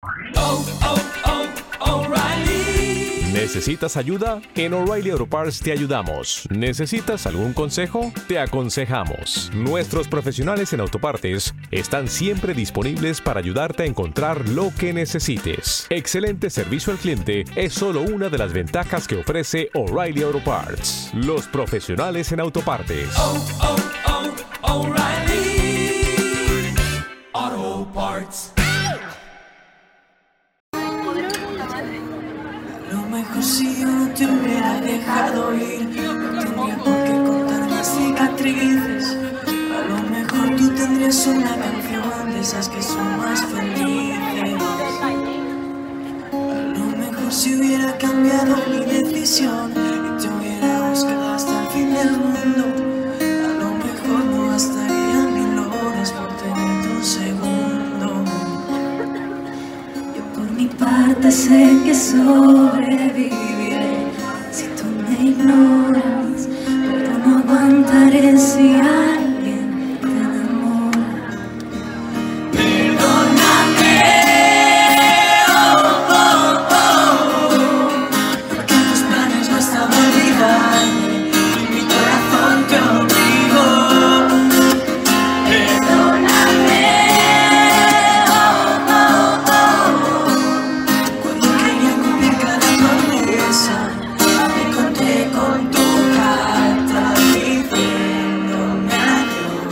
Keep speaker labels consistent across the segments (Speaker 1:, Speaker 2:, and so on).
Speaker 1: O'Reilly.
Speaker 2: ¿Necesitas ayuda? En O'Reilly Auto Parts te ayudamos. ¿Necesitas algún consejo? Te aconsejamos. Nuestros profesionales en autopartes están siempre disponibles para ayudarte a encontrar lo que necesites. Excelente servicio al cliente es solo una de las ventajas que ofrece O'Reilly Auto Parts. Los profesionales en autopartes.
Speaker 1: O'Reilly Auto Parts.
Speaker 3: Lo mejor si yo no te hubiera dejado ir, no tendría por qué contar mis cicatrices. A lo mejor tú tendrías una canción de esas que son más felices. A lo mejor si hubiera cambiado mi decisión y te hubiera buscado hasta el fin del mundo, a lo mejor no gastaría 1000 horas por tenerte un segundo. Yo por mi parte sé que sobreviviré si tú me ignoras, pero no aguantaré si alguien te enamora. Perdóname, porque tus planes no estaban olvidarme y mi corazón te obligó. Perdóname, cuando quería cumplir cada promesa, me encontré con tu carta diciéndome adiós.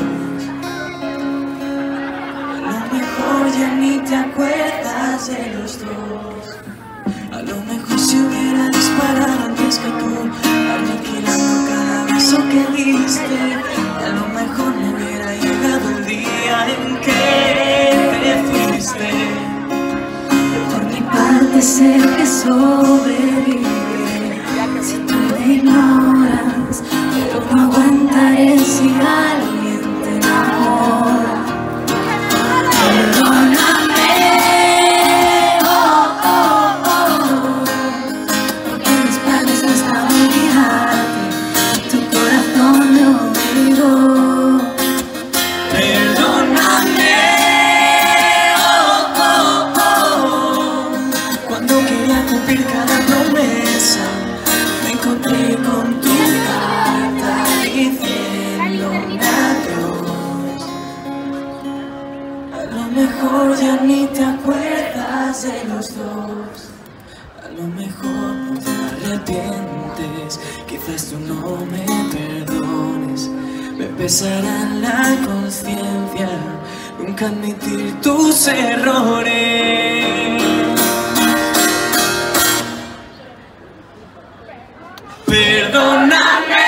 Speaker 3: A lo mejor ya ni te acuerdas de los dos. A lo mejor si hubiera disparado antes que tú, aniquilando cada beso que diste, a lo mejor no hubiera llegado el día en que te fuiste. Por mi parte sé que sobreviviré si tú me ignoras, pero no aguantaré si alguien te enamora. Perdóname, porque mis planes no estaban olvidarte y tu corazón me obligó. Perdóname, cuando quería cumplir cada promesa, me encontré con tu carta diciéndome adiós. A lo mejor ya ni te acuerdas de los dos. A lo mejor no te arrepientes, quizás tú no me perdones. Me pesará en la conciencia nunca admitir tus errores. Perdóname,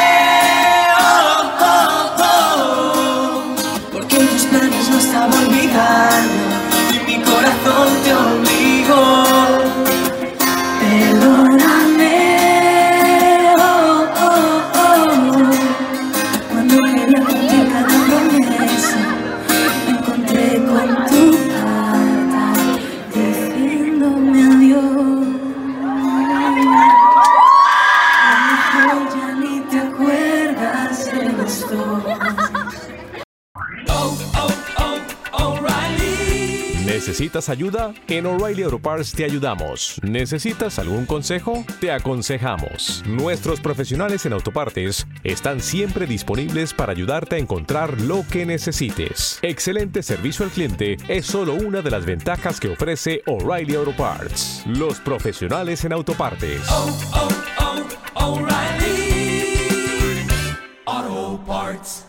Speaker 3: porque en tus planes no estaba olvidarme y mi corazón te obligó. Perdóname, cuando quería cumplir cada promesa, me encontré con tu carta diciéndome adiós. A lo mejor ya ni te acuerdas de los dos.
Speaker 1: O'Reilly.
Speaker 2: ¿Necesitas ayuda? En O'Reilly Auto Parts te ayudamos. ¿Necesitas algún consejo? Te aconsejamos. Nuestros profesionales en autopartes están siempre disponibles para ayudarte a encontrar lo que necesites. Excelente servicio al cliente es solo una de las ventajas que ofrece O'Reilly Auto Parts. Los profesionales en autopartes.
Speaker 1: O'Reilly Auto Parts.